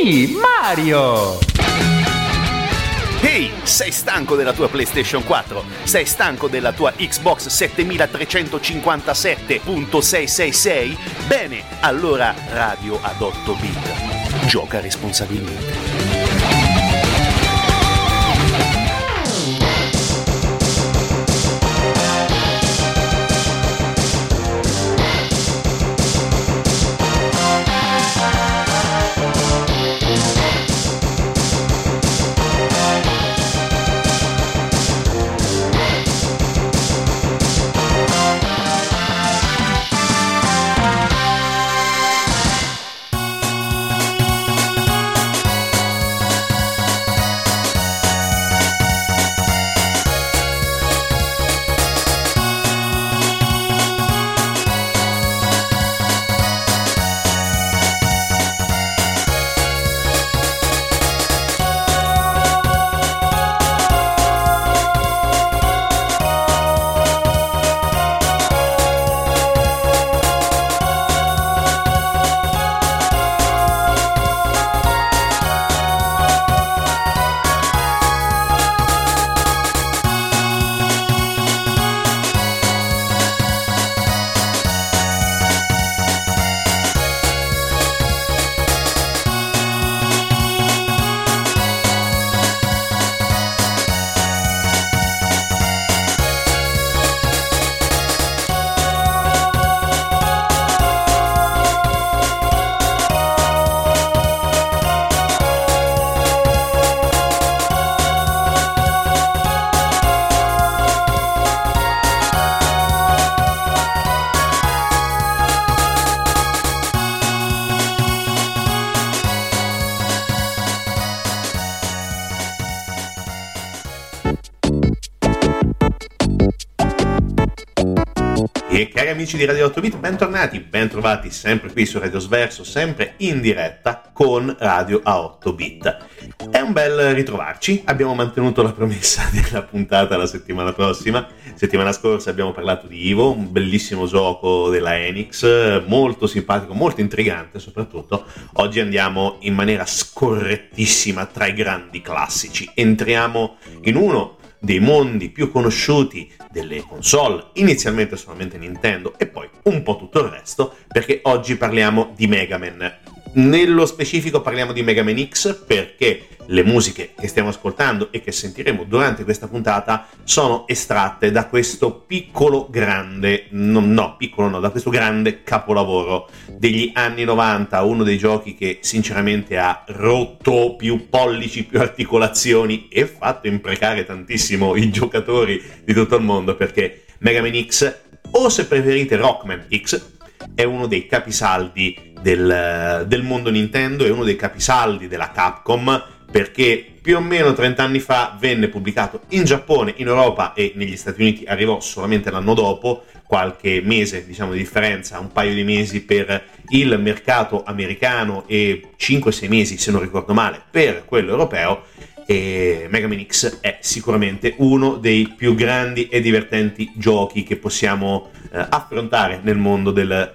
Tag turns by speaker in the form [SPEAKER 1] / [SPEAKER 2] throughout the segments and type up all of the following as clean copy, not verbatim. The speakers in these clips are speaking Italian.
[SPEAKER 1] Sì, Mario!
[SPEAKER 2] Ehi, sei stanco della tua PlayStation 4? Sei stanco della tua Xbox 7357.666? Bene, allora Radio ad 8 bit. Gioca responsabilmente.
[SPEAKER 3] E cari amici di Radio 8 Bit, bentornati, bentrovati sempre qui su Radio Sverso, sempre in diretta con Radio a 8 Bit. È un bel ritrovarci, abbiamo mantenuto la promessa della puntata la settimana prossima. Settimana scorsa abbiamo parlato di Evo, un bellissimo gioco della Enix, molto simpatico, molto intrigante soprattutto. Oggi andiamo in maniera scorrettissima tra i grandi classici, entriamo in uno dei mondi più conosciuti delle console, inizialmente solamente Nintendo e poi un po' tutto il resto, perché oggi parliamo di Mega Man. Nello specifico parliamo di Mega Man X perché le musiche che stiamo ascoltando e che sentiremo durante questa puntata sono estratte da questo da questo grande capolavoro degli anni 90, uno dei giochi che sinceramente ha rotto più pollici, più articolazioni e fatto imprecare tantissimo i giocatori di tutto il mondo, perché Mega Man X, o se preferite Rockman X, è uno dei capisaldi del mondo Nintendo, è uno dei capisaldi della Capcom, perché più o meno 30 anni fa venne pubblicato in Giappone, in Europa e negli Stati Uniti arrivò solamente l'anno dopo, qualche mese di differenza, un paio di mesi per il mercato americano e 5-6 mesi, se non ricordo male, per quello europeo. E Mega Man X è sicuramente uno dei più grandi e divertenti giochi che possiamo affrontare nel mondo del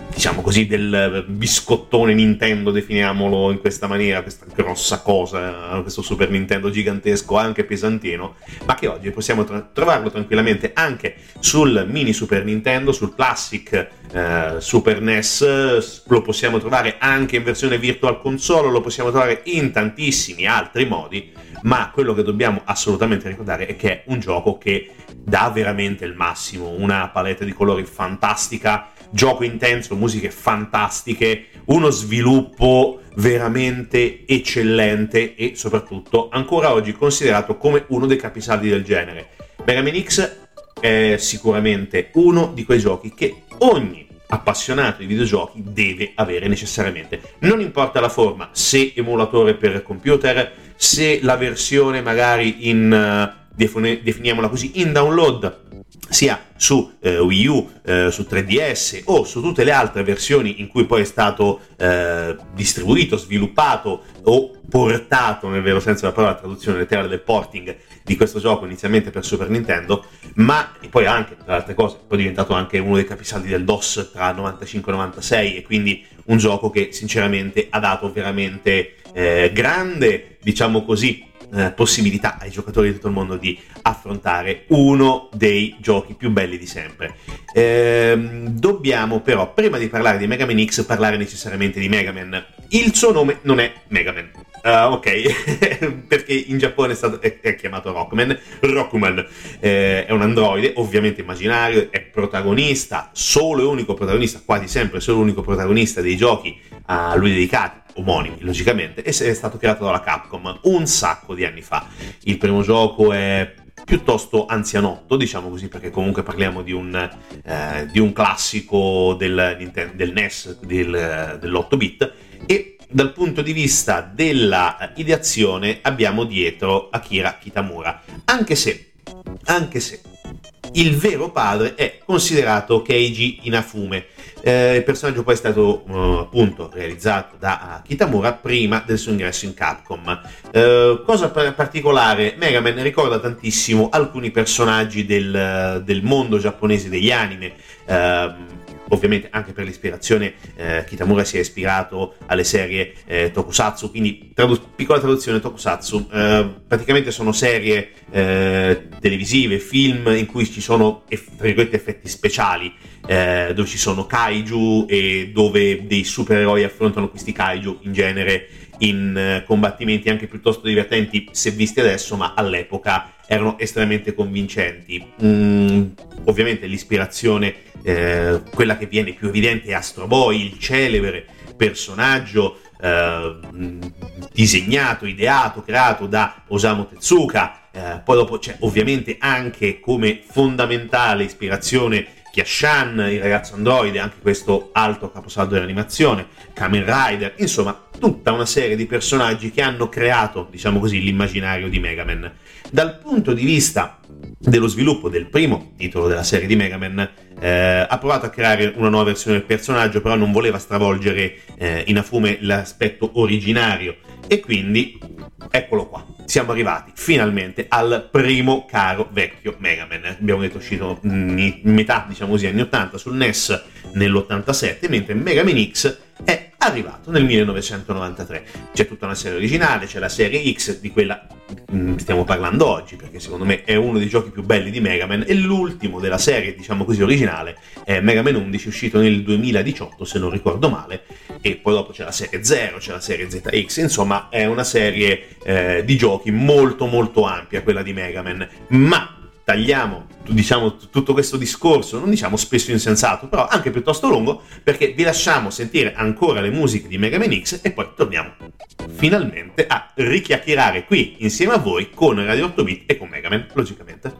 [SPEAKER 3] biscottone Nintendo, definiamolo in questa maniera, questa grossa cosa, questo Super Nintendo gigantesco, anche pesantino, ma che oggi possiamo trovarlo tranquillamente anche sul mini Super Nintendo, sul Classic Super NES, lo possiamo trovare anche in versione Virtual Console, lo possiamo trovare in tantissimi altri modi, ma quello che dobbiamo assolutamente ricordare è che è un gioco che dà veramente il massimo, una palette di colori fantastica, gioco intenso, musiche fantastiche, uno sviluppo veramente eccellente e soprattutto ancora oggi considerato come uno dei capisaldi del genere. Mega Man X è sicuramente uno di quei giochi che ogni appassionato di videogiochi deve avere necessariamente. Non importa la forma, se emulatore per computer, se la versione magari in definiamola così, in download, sia su Wii U, su 3DS o su tutte le altre versioni in cui poi è stato distribuito, sviluppato o portato, nel vero senso della parola, la traduzione letterale del porting di questo gioco inizialmente per Super Nintendo, ma poi anche, tra le altre cose, poi è diventato anche uno dei capisaldi del DOS tra 95 e 96 e quindi un gioco che sinceramente ha dato veramente grande, diciamo così, possibilità ai giocatori di tutto il mondo di affrontare uno dei giochi più belli di sempre. Dobbiamo però, prima di parlare di Mega Man X, parlare necessariamente di Mega Man. Il suo nome non è Mega Man. Ok, perché in Giappone è chiamato Rockman, è un androide, ovviamente immaginario, è protagonista, solo e unico protagonista, quasi sempre solo e unico protagonista dei giochi a lui dedicati, omonimi logicamente, e è stato creato dalla Capcom un sacco di anni fa. Il primo gioco è piuttosto anzianotto, diciamo così, perché comunque parliamo di un classico del NES, dell'8 bit, e dal punto di vista della ideazione abbiamo dietro Akira Kitamura, anche se il vero padre è considerato Keiji Inafune. Il personaggio poi è stato appunto realizzato da Kitamura prima del suo ingresso in Capcom. Cosa particolare, Mega Man ricorda tantissimo alcuni personaggi del mondo giapponese degli anime. Ovviamente anche per l'ispirazione Kitamura si è ispirato alle serie Tokusatsu, quindi piccola traduzione: Tokusatsu praticamente sono serie televisive, film in cui ci sono tra virgolette effetti speciali, dove ci sono kaiju e dove dei supereroi affrontano questi kaiju, in genere in combattimenti anche piuttosto divertenti se visti adesso, ma all'epoca erano estremamente convincenti. Ovviamente l'ispirazione, quella che viene più evidente, è Astro Boy, il celebre personaggio disegnato, ideato, creato da Osamu Tezuka. Poi dopo c'è ovviamente anche come fondamentale ispirazione Kiashan, il ragazzo androide, anche questo alto caposaldo dell'animazione, Kamen Rider, insomma tutta una serie di personaggi che hanno creato, diciamo così, l'immaginario di Mega Man. Dal punto di vista dello sviluppo del primo titolo della serie di Mega Man, ha provato a creare una nuova versione del personaggio, però non voleva stravolgere Inafune l'aspetto originario, e quindi eccolo qua, siamo arrivati finalmente al primo caro vecchio Mega Man. Abbiamo detto uscito in metà, diciamo così, anni 80 sul NES nell'87, mentre Mega Man X è arrivato nel 1993. C'è tutta una serie originale, c'è la serie X, di quella stiamo parlando oggi, perché secondo me è uno dei giochi più belli di Mega Man, e l'ultimo della serie, diciamo così, originale è Mega Man 11, uscito nel 2018 se non ricordo male, e poi dopo c'è la serie 0, c'è la serie ZX, insomma è una serie di giochi molto molto ampia quella di Mega Man. Ma tagliamo, diciamo, tutto questo discorso, non diciamo spesso insensato, però anche piuttosto lungo, perché vi lasciamo sentire ancora le musiche di Mega Man X e poi torniamo finalmente a richiacchierare qui insieme a voi con Radio 8 Bit e con Mega Man, logicamente.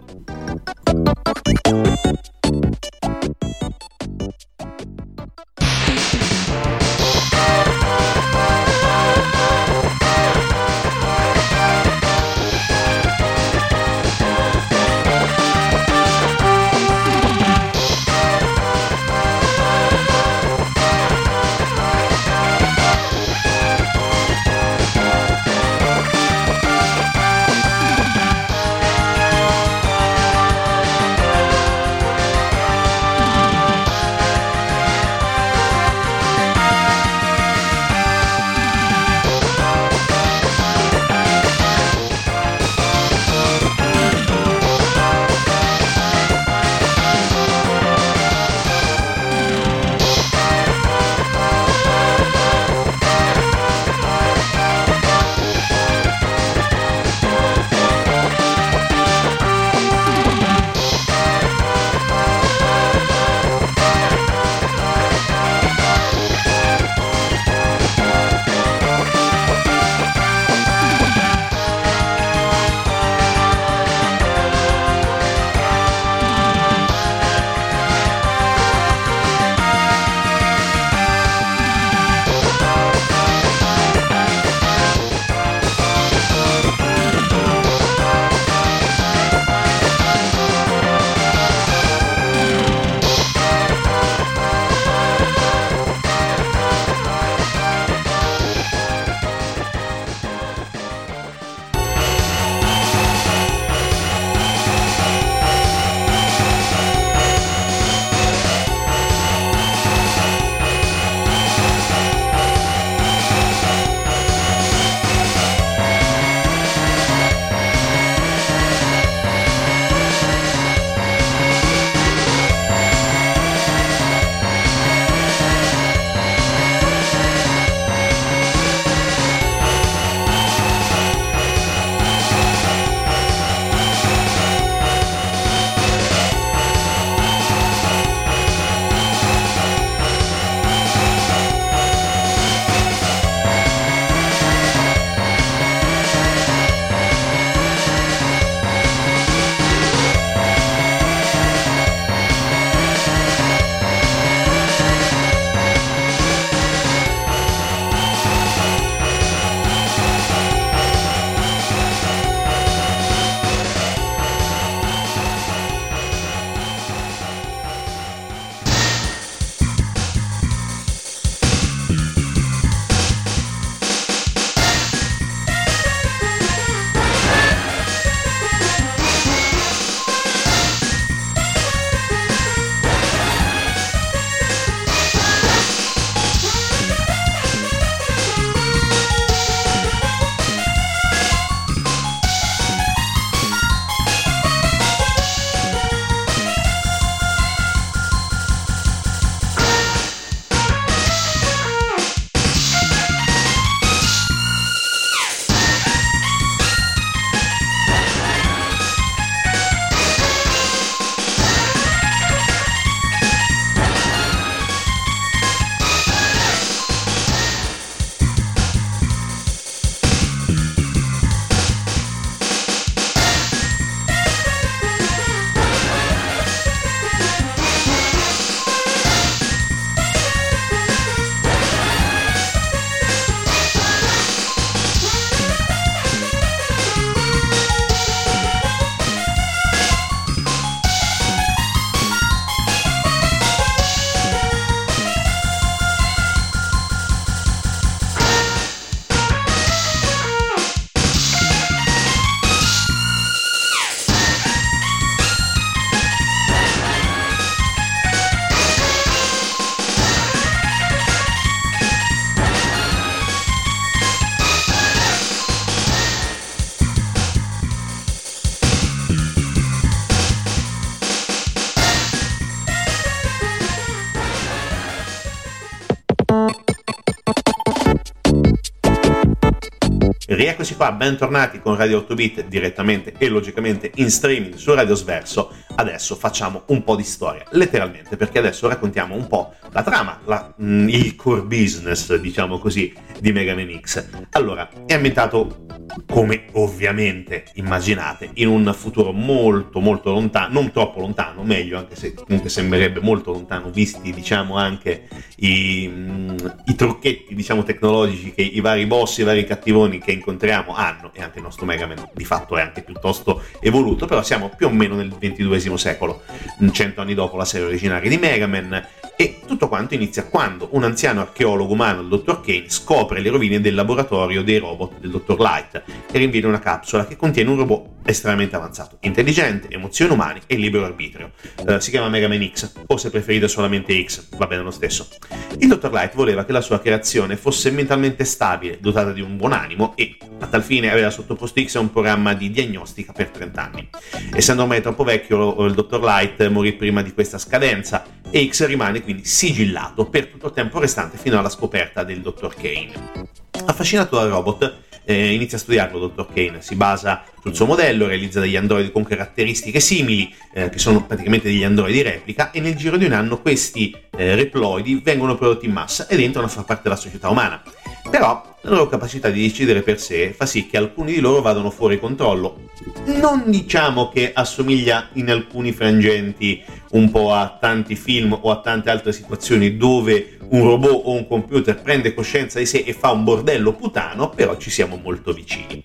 [SPEAKER 3] Rieccoci qua, bentornati con Radio 8 Bit direttamente e logicamente in streaming su Radio Sverso. Adesso facciamo un po' di storia, letteralmente, perché adesso raccontiamo un po' la trama, il core business, diciamo così, di Mega Man X. Allora, è ambientato, come ovviamente immaginate, in un futuro molto molto lontano, non troppo lontano, meglio, anche se comunque sembrerebbe molto lontano, visti diciamo anche i trucchetti diciamo tecnologici che i vari boss, i vari cattivoni che incontriamo hanno, e anche il nostro Mega Man di fatto è anche piuttosto evoluto, però siamo più o meno nel XXII secolo, 100 anni dopo la serie originaria di Mega Man, e tutto quanto inizia quando un anziano archeologo umano, il dottor Kane, scopre le rovine del laboratorio dei robot del dottor Light e rinvia una capsula che contiene un robot estremamente avanzato, intelligente, emozioni umane e libero arbitrio. Si chiama Mega Man X, o se preferite solamente X, va bene lo stesso. Il dottor Light voleva che la sua creazione fosse mentalmente stabile, dotata di un buon animo, e a tal fine aveva sottoposto X a un programma di diagnostica per 30 anni. Essendo ormai troppo vecchio, il dottor Light morì prima di questa scadenza e X rimane quindi sigillato per tutto il tempo restante fino alla scoperta del dottor Kane. Affascinato dal robot, inizia a studiarlo il dottor Kane, si basa sul suo modello, realizza degli androidi con caratteristiche simili, che sono praticamente degli androidi replica, e nel giro di un anno questi reploidi vengono prodotti in massa ed entrano a far parte della società umana. Però la loro capacità di decidere per sé fa sì che alcuni di loro vadano fuori controllo. Non diciamo che assomiglia in alcuni frangenti un po' a tanti film o a tante altre situazioni dove un robot o un computer prende coscienza di sé e fa un bordello putano, però ci siamo molto vicini.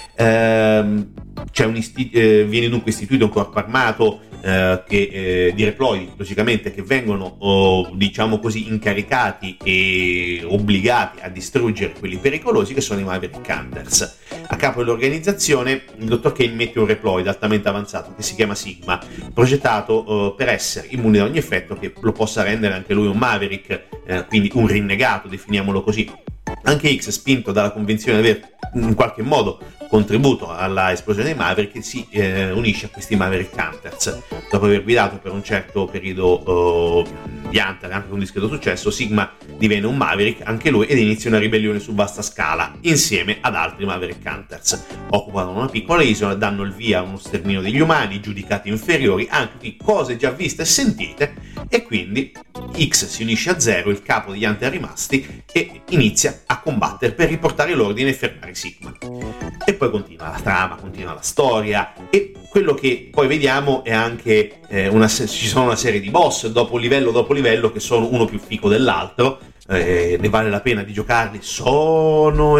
[SPEAKER 3] Viene dunque istituito un corpo armato di reploidi, logicamente, che vengono diciamo così incaricati e obbligati a distruggere quelli pericolosi che sono i Maverick Hunters. A capo dell'organizzazione il dottor Kane mette un reploid altamente avanzato che si chiama Sigma, progettato per essere immune da ogni effetto che lo possa rendere anche lui un Maverick, quindi un rinnegato, definiamolo così. Anche X, spinto dalla convinzione di aver in qualche modo contributo alla esplosione dei Maverick, si unisce a questi Maverick Hunters. Dopo aver guidato per un certo periodo gli Hunter, anche con discreto successo, Sigma diviene un Maverick anche lui ed inizia una ribellione su vasta scala insieme ad altri Maverick Hunters. Occupano una piccola isola, danno il via a uno sterminio degli umani giudicati inferiori, anche di cose già viste e sentite, e quindi X si unisce a Zero, il capo degli Hunter rimasti, e inizia a combattere per riportare l'ordine e fermare Sigma. E poi continua la trama, continua la storia, e quello che poi vediamo è anche ci sono una serie di boss dopo livello che sono uno più fico dell'altro. Ne vale la pena di giocarli, sono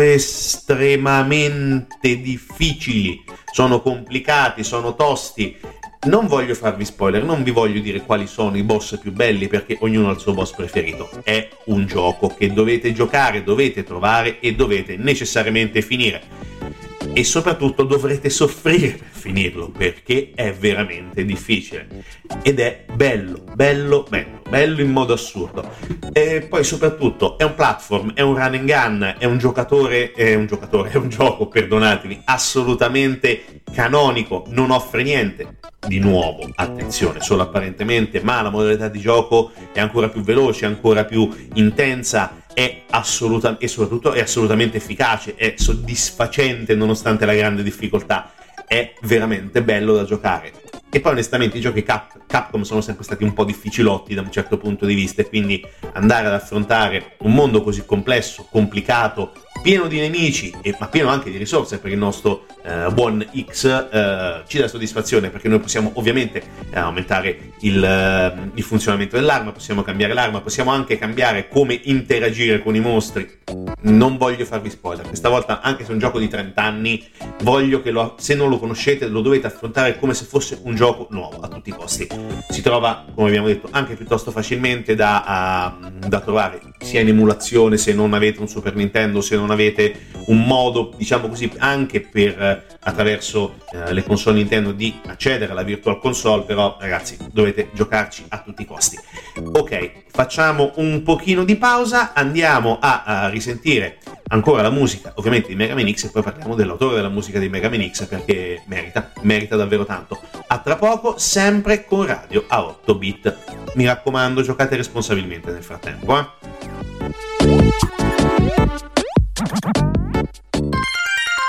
[SPEAKER 3] estremamente difficili, sono complicati, sono tosti. Non voglio farvi spoiler, non vi voglio dire quali sono i boss più belli, perché ognuno ha il suo boss preferito. È un gioco che dovete giocare, dovete trovare e dovete necessariamente finire. E soprattutto dovrete soffrire per finirlo, perché è veramente difficile. Ed è bello in modo assurdo. E poi soprattutto è un platform, è un run and gun, è un gioco, perdonatemi, assolutamente canonico, non offre niente di nuovo, attenzione, solo apparentemente, ma la modalità di gioco è ancora più veloce, ancora più intensa, e soprattutto è assolutamente efficace, è soddisfacente nonostante la grande difficoltà, è veramente bello da giocare. E poi onestamente i giochi Capcom sono sempre stati un po' difficilotti da un certo punto di vista, e quindi andare ad affrontare un mondo così complesso, complicato, pieno di nemici, ma pieno anche di risorse, perché il nostro buon X ci dà soddisfazione, perché noi possiamo ovviamente aumentare il funzionamento dell'arma, possiamo cambiare l'arma, possiamo anche cambiare come interagire con i mostri. Non voglio farvi spoiler, questa volta, anche se è un gioco di 30 anni, voglio che se non lo conoscete lo dovete affrontare come se fosse un gioco nuovo a tutti i costi. Si trova, come abbiamo detto, anche piuttosto facilmente da trovare, sia in emulazione se non avete un Super Nintendo, se non avete un modo, diciamo così, anche per attraverso le console Nintendo di accedere alla Virtual Console, però ragazzi dovete giocarci a tutti i costi. Ok, facciamo un pochino di pausa, andiamo a risentire ancora la musica ovviamente di Mega Man X, e poi parliamo dell'autore della musica di Mega Man X, perché merita davvero tanto. A tra poco, sempre con Radio a 8 bit. Mi raccomando, giocate responsabilmente nel frattempo,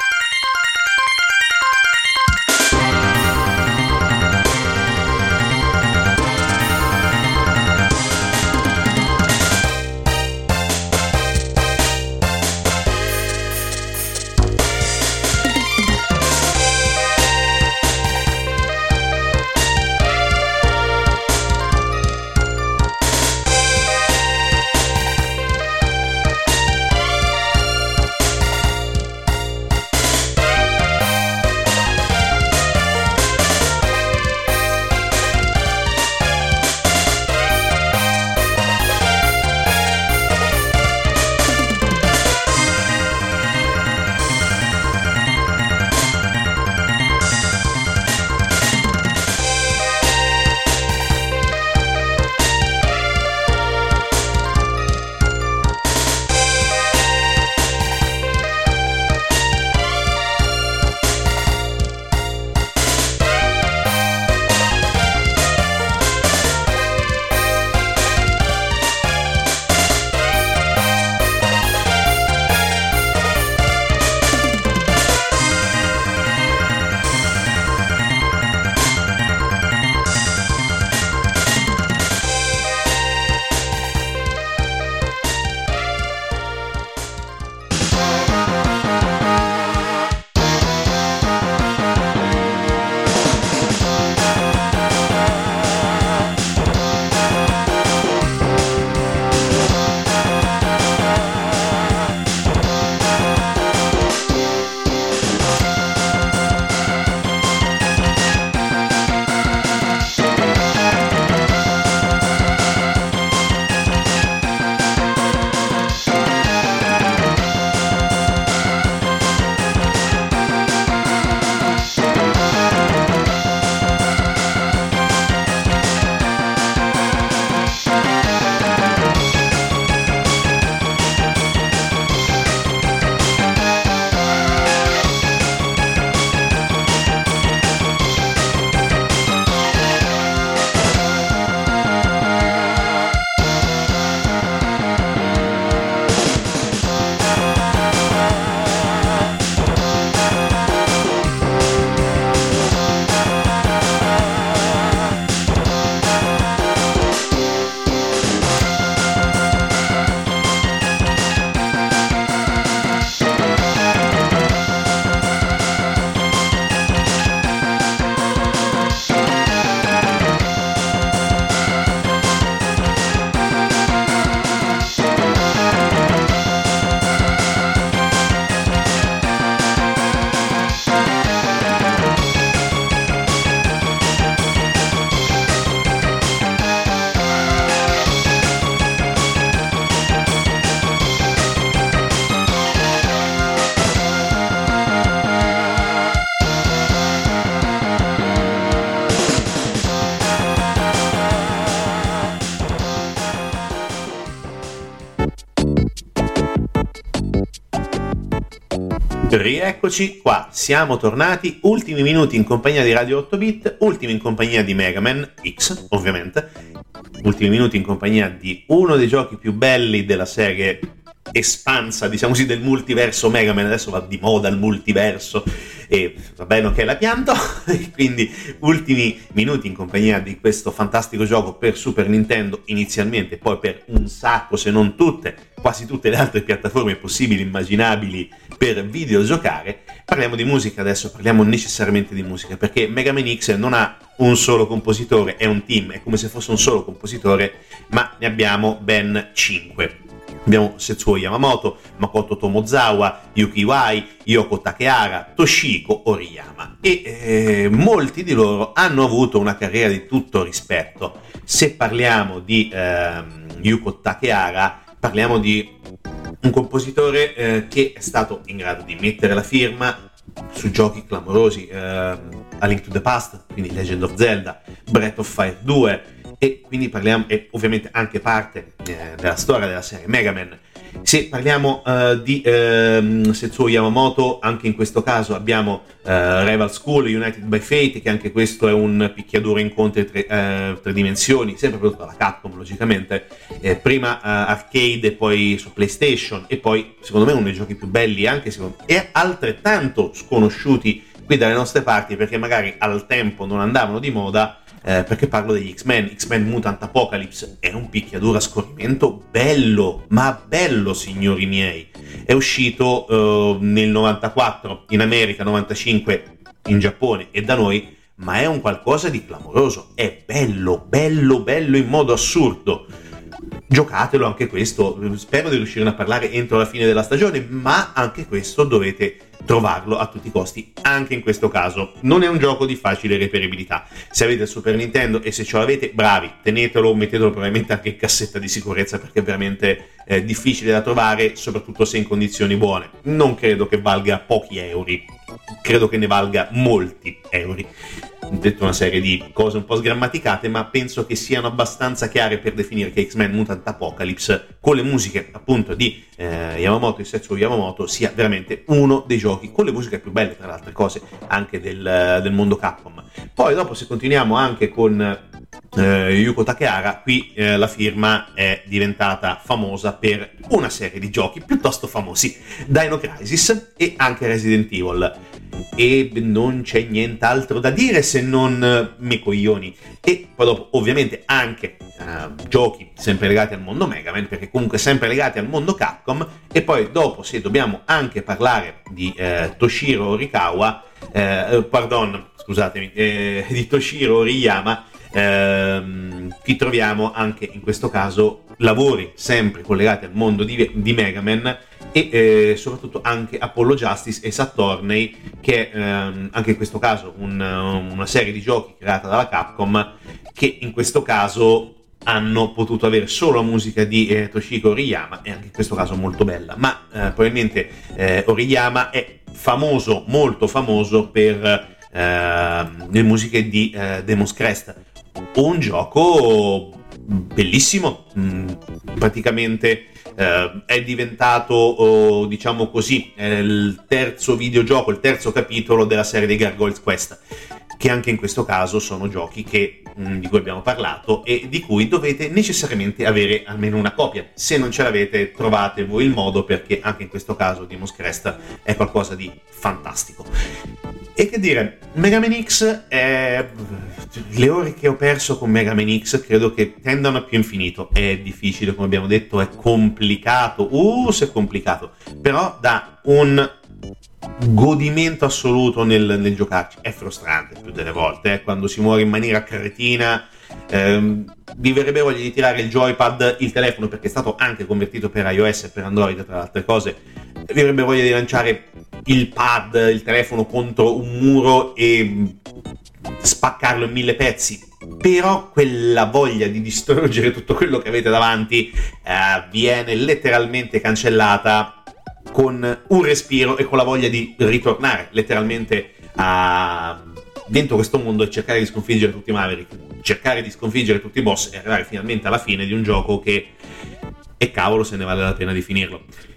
[SPEAKER 3] Rieccoci qua, siamo tornati, ultimi minuti in compagnia di Radio 8-bit, ultimi in compagnia di Mega Man X, ovviamente, ultimi minuti in compagnia di uno dei giochi più belli della serie espansa, diciamo così, del multiverso Mega Man. Adesso va di moda il multiverso e va bene che la pianto, quindi ultimi minuti in compagnia di questo fantastico gioco per Super Nintendo inizialmente, poi per un sacco, se non quasi tutte le altre piattaforme possibili, immaginabili per videogiocare. Parliamo di musica adesso, parliamo necessariamente di musica, perché Mega Man X non ha un solo compositore, è un team, è come se fosse un solo compositore, ma ne abbiamo ben 5. Abbiamo Setsuo Yamamoto, Makoto Tomozawa, Yuki Iwai, Yoko Takehara, Toshiko Oriyama, e molti di loro hanno avuto una carriera di tutto rispetto. Se parliamo di Yuko Takehara, parliamo di un compositore che è stato in grado di mettere la firma su giochi clamorosi, A Link to the Past, quindi Legend of Zelda, Breath of Fire 2, e quindi parliamo, e ovviamente anche parte della storia della serie Mega Man. Se parliamo di Setsuo Yamamoto, anche in questo caso abbiamo Rival School, United by Fate, che anche questo è un picchiaduro incontri tre dimensioni, sempre prodotto dalla Capcom logicamente, prima arcade e poi su PlayStation, e poi secondo me uno dei giochi più belli, anche e altrettanto sconosciuti qui dalle nostre parti, perché magari al tempo non andavano di moda, perché parlo degli X-Men Mutant Apocalypse. È un picchiaduro a scorrimento bello, ma bello, signori miei. È uscito nel 94 in America, 95 in Giappone e da noi, ma è un qualcosa di clamoroso. È bello in modo assurdo. Giocatelo anche questo, spero di riuscire a parlare entro la fine della stagione, ma anche questo dovete trovarlo a tutti i costi. Anche in questo caso non è un gioco di facile reperibilità. Se avete il Super Nintendo e se ce l'avete, bravi, tenetelo, mettetelo probabilmente anche in cassetta di sicurezza, perché è veramente difficile da trovare, soprattutto se in condizioni buone. Non credo che valga pochi euro, credo che ne valga molti euro. Ho detto una serie di cose un po' sgrammaticate, ma penso che siano abbastanza chiare per definire che X-Men Mutant Apocalypse, con le musiche appunto di Yamamoto e Setsuo Yamamoto, sia veramente uno dei giochi con le musiche più belle, tra le altre cose, anche del mondo Capcom. Poi dopo, se continuiamo anche con Yuko Takehara, qui la firma è diventata famosa per una serie di giochi piuttosto famosi, Dino Crisis e anche Resident Evil, e non c'è nient'altro da dire se non me coglioni. E poi dopo ovviamente anche giochi sempre legati al mondo Mega Man, perché comunque sempre legati al mondo Capcom. E poi dopo, se dobbiamo anche parlare di Toshiro Orikawa, di Toshiro Oriyama, qui troviamo anche in questo caso lavori sempre collegati al mondo di Mega Man, e soprattutto anche Apollo Justice e Saturday, che è anche in questo caso una serie di giochi creata dalla Capcom, che in questo caso hanno potuto avere solo la musica di Toshiko Oriyama, e anche in questo caso molto bella. Ma probabilmente Oriyama è famoso, molto famoso per le musiche di Demon's Crest, un gioco bellissimo, praticamente è diventato, diciamo così, il terzo videogioco, il terzo capitolo della serie dei Gargoyles Quest, che anche in questo caso sono giochi di cui abbiamo parlato e di cui dovete necessariamente avere almeno una copia. Se non ce l'avete, trovate voi il modo, perché anche in questo caso Demon's Crest è qualcosa di fantastico. E che dire, Mega Man X, le ore che ho perso con Mega Man X credo che tendano a più infinito. È difficile, come abbiamo detto, è complicato, se è complicato, però dà un godimento assoluto nel giocarci. È frustrante più delle volte, quando si muore in maniera cretina, vi verrebbe voglia di tirare il joypad, il telefono, perché è stato anche convertito per iOS e per Android, tra le altre cose. Vi verrebbe voglia di lanciare il pad, il telefono contro un muro e spaccarlo in 1000 pezzi, però quella voglia di distruggere tutto quello che avete davanti viene letteralmente cancellata con un respiro e con la voglia di ritornare letteralmente dentro questo mondo e cercare di sconfiggere tutti i Maverick, cercare di sconfiggere tutti i boss e arrivare finalmente alla fine di un gioco che, e cavolo se ne vale la pena di finirlo.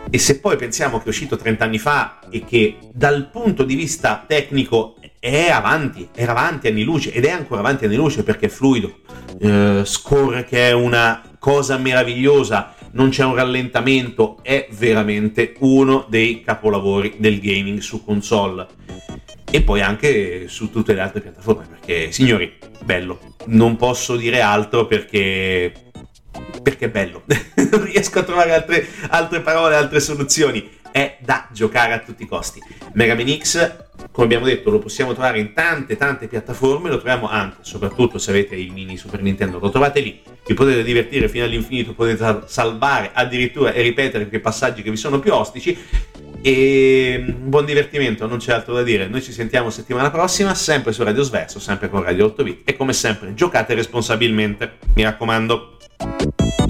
[SPEAKER 3] E se poi pensiamo che è uscito 30 anni fa e che dal punto di vista tecnico era avanti anni luce, ed è ancora avanti anni luce perché è fluido, scorre che è una cosa meravigliosa, non c'è un rallentamento, è veramente uno dei capolavori del gaming su console. E poi anche su tutte le altre piattaforme, perché signori, bello, non posso dire altro perché è bello. Non riesco a trovare altre parole, altre soluzioni. È da giocare a tutti i costi. Mega Man X, come abbiamo detto, lo possiamo trovare in tante piattaforme, lo troviamo anche, soprattutto se avete il mini Super Nintendo, lo trovate lì, vi potete divertire fino all'infinito, potete salvare addirittura e ripetere quei passaggi che vi sono più ostici. E buon divertimento, non c'è altro da dire. Noi ci sentiamo settimana prossima, sempre su Radio Sverso, sempre con Radio 8 Bit, e come sempre giocate responsabilmente, mi raccomando.